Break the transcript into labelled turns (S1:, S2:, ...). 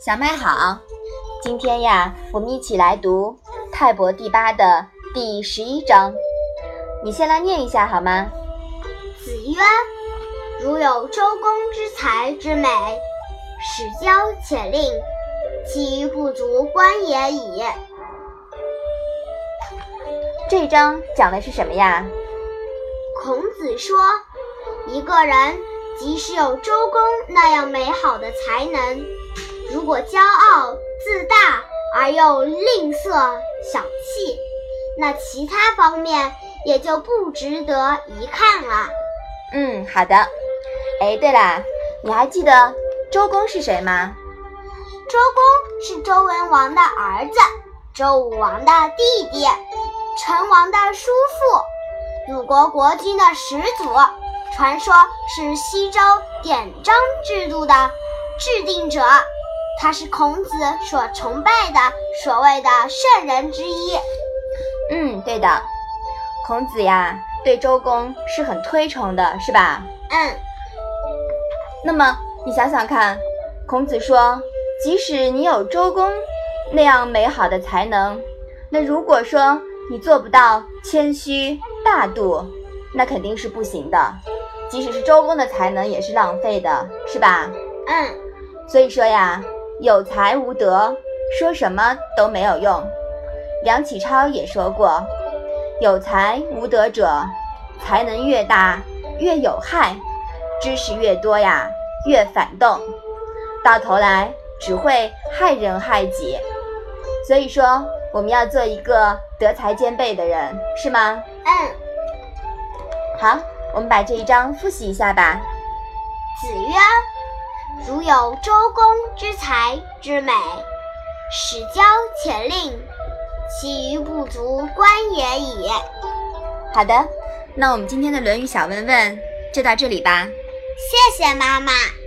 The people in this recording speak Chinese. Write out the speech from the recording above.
S1: 小麦好，今天呀，我们一起来读泰伯第8的第11章。你先来念一下好吗？
S2: 子曰：如有周公之才之美，使教且令，其余不足观也已。
S1: 这一章讲的是什么呀？
S2: 孔子说，一个人即使有周公那样美好的才能，如果骄傲自大而又吝啬小气，那其他方面也就不值得一看了。
S1: 好的。对了，你还记得周公是谁吗？
S2: 周公是周文王的儿子，周武王的弟弟，成王的叔父，鲁国国君的始祖，传说是西周典章制度的制定者，他是孔子所崇拜的所谓的圣人之一。
S1: 对的，孔子呀对周公是很推崇的，是吧？那么你想想看，孔子说即使你有周公那样美好的才能，那如果说你做不到谦虚大度，那肯定是不行的，即使是周公的才能也是浪费的，是吧？所以说呀，有才无德，说什么都没有用。梁启超也说过，有才无德者，才能越大越有害，知识越多呀越反动，到头来只会害人害己。所以说我们要做一个德才兼备的人，是吗？好，我们把这一章复习一下吧。
S2: 子曰：如有周公之才之美，使教且令，其余不足观也已。
S1: 好的，那我们今天的论语小问问就到这里吧。
S2: 谢谢妈妈。